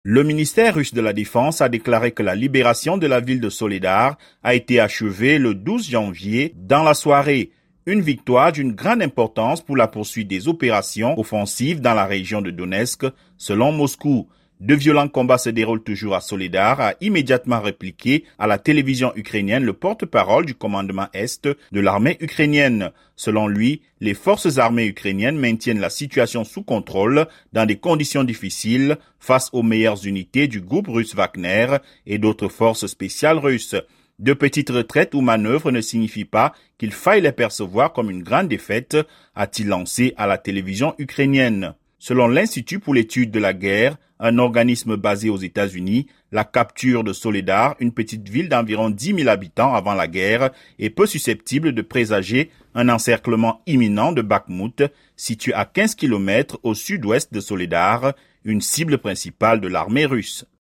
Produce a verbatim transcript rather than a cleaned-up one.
Le ministère russe de la Défense a déclaré que la libération de la ville de Soledar a été achevée le douze janvier dans la soirée. Une victoire d'une grande importance pour la poursuite des opérations offensives dans la région de Donetsk, selon Moscou. De violents combats se déroulent toujours à Soledar, a immédiatement répliqué à la télévision ukrainienne le porte-parole du commandement Est de l'armée ukrainienne. Selon lui, les forces armées ukrainiennes maintiennent la situation sous contrôle dans des conditions difficiles face aux meilleures unités du groupe russe Wagner et d'autres forces spéciales russes. De petites retraites ou manœuvres ne signifient pas qu'il faille les percevoir comme une grande défaite, a-t-il lancé à la télévision ukrainienne. Selon l'Institut pour l'étude de la guerre, un organisme basé aux États-Unis, la capture de Soledar, une petite ville d'environ dix mille habitants avant la guerre, est peu susceptible de présager un encerclement imminent de Bakhmut, situé à quinze kilomètres au sud-ouest de Soledar, une cible principale de l'armée russe.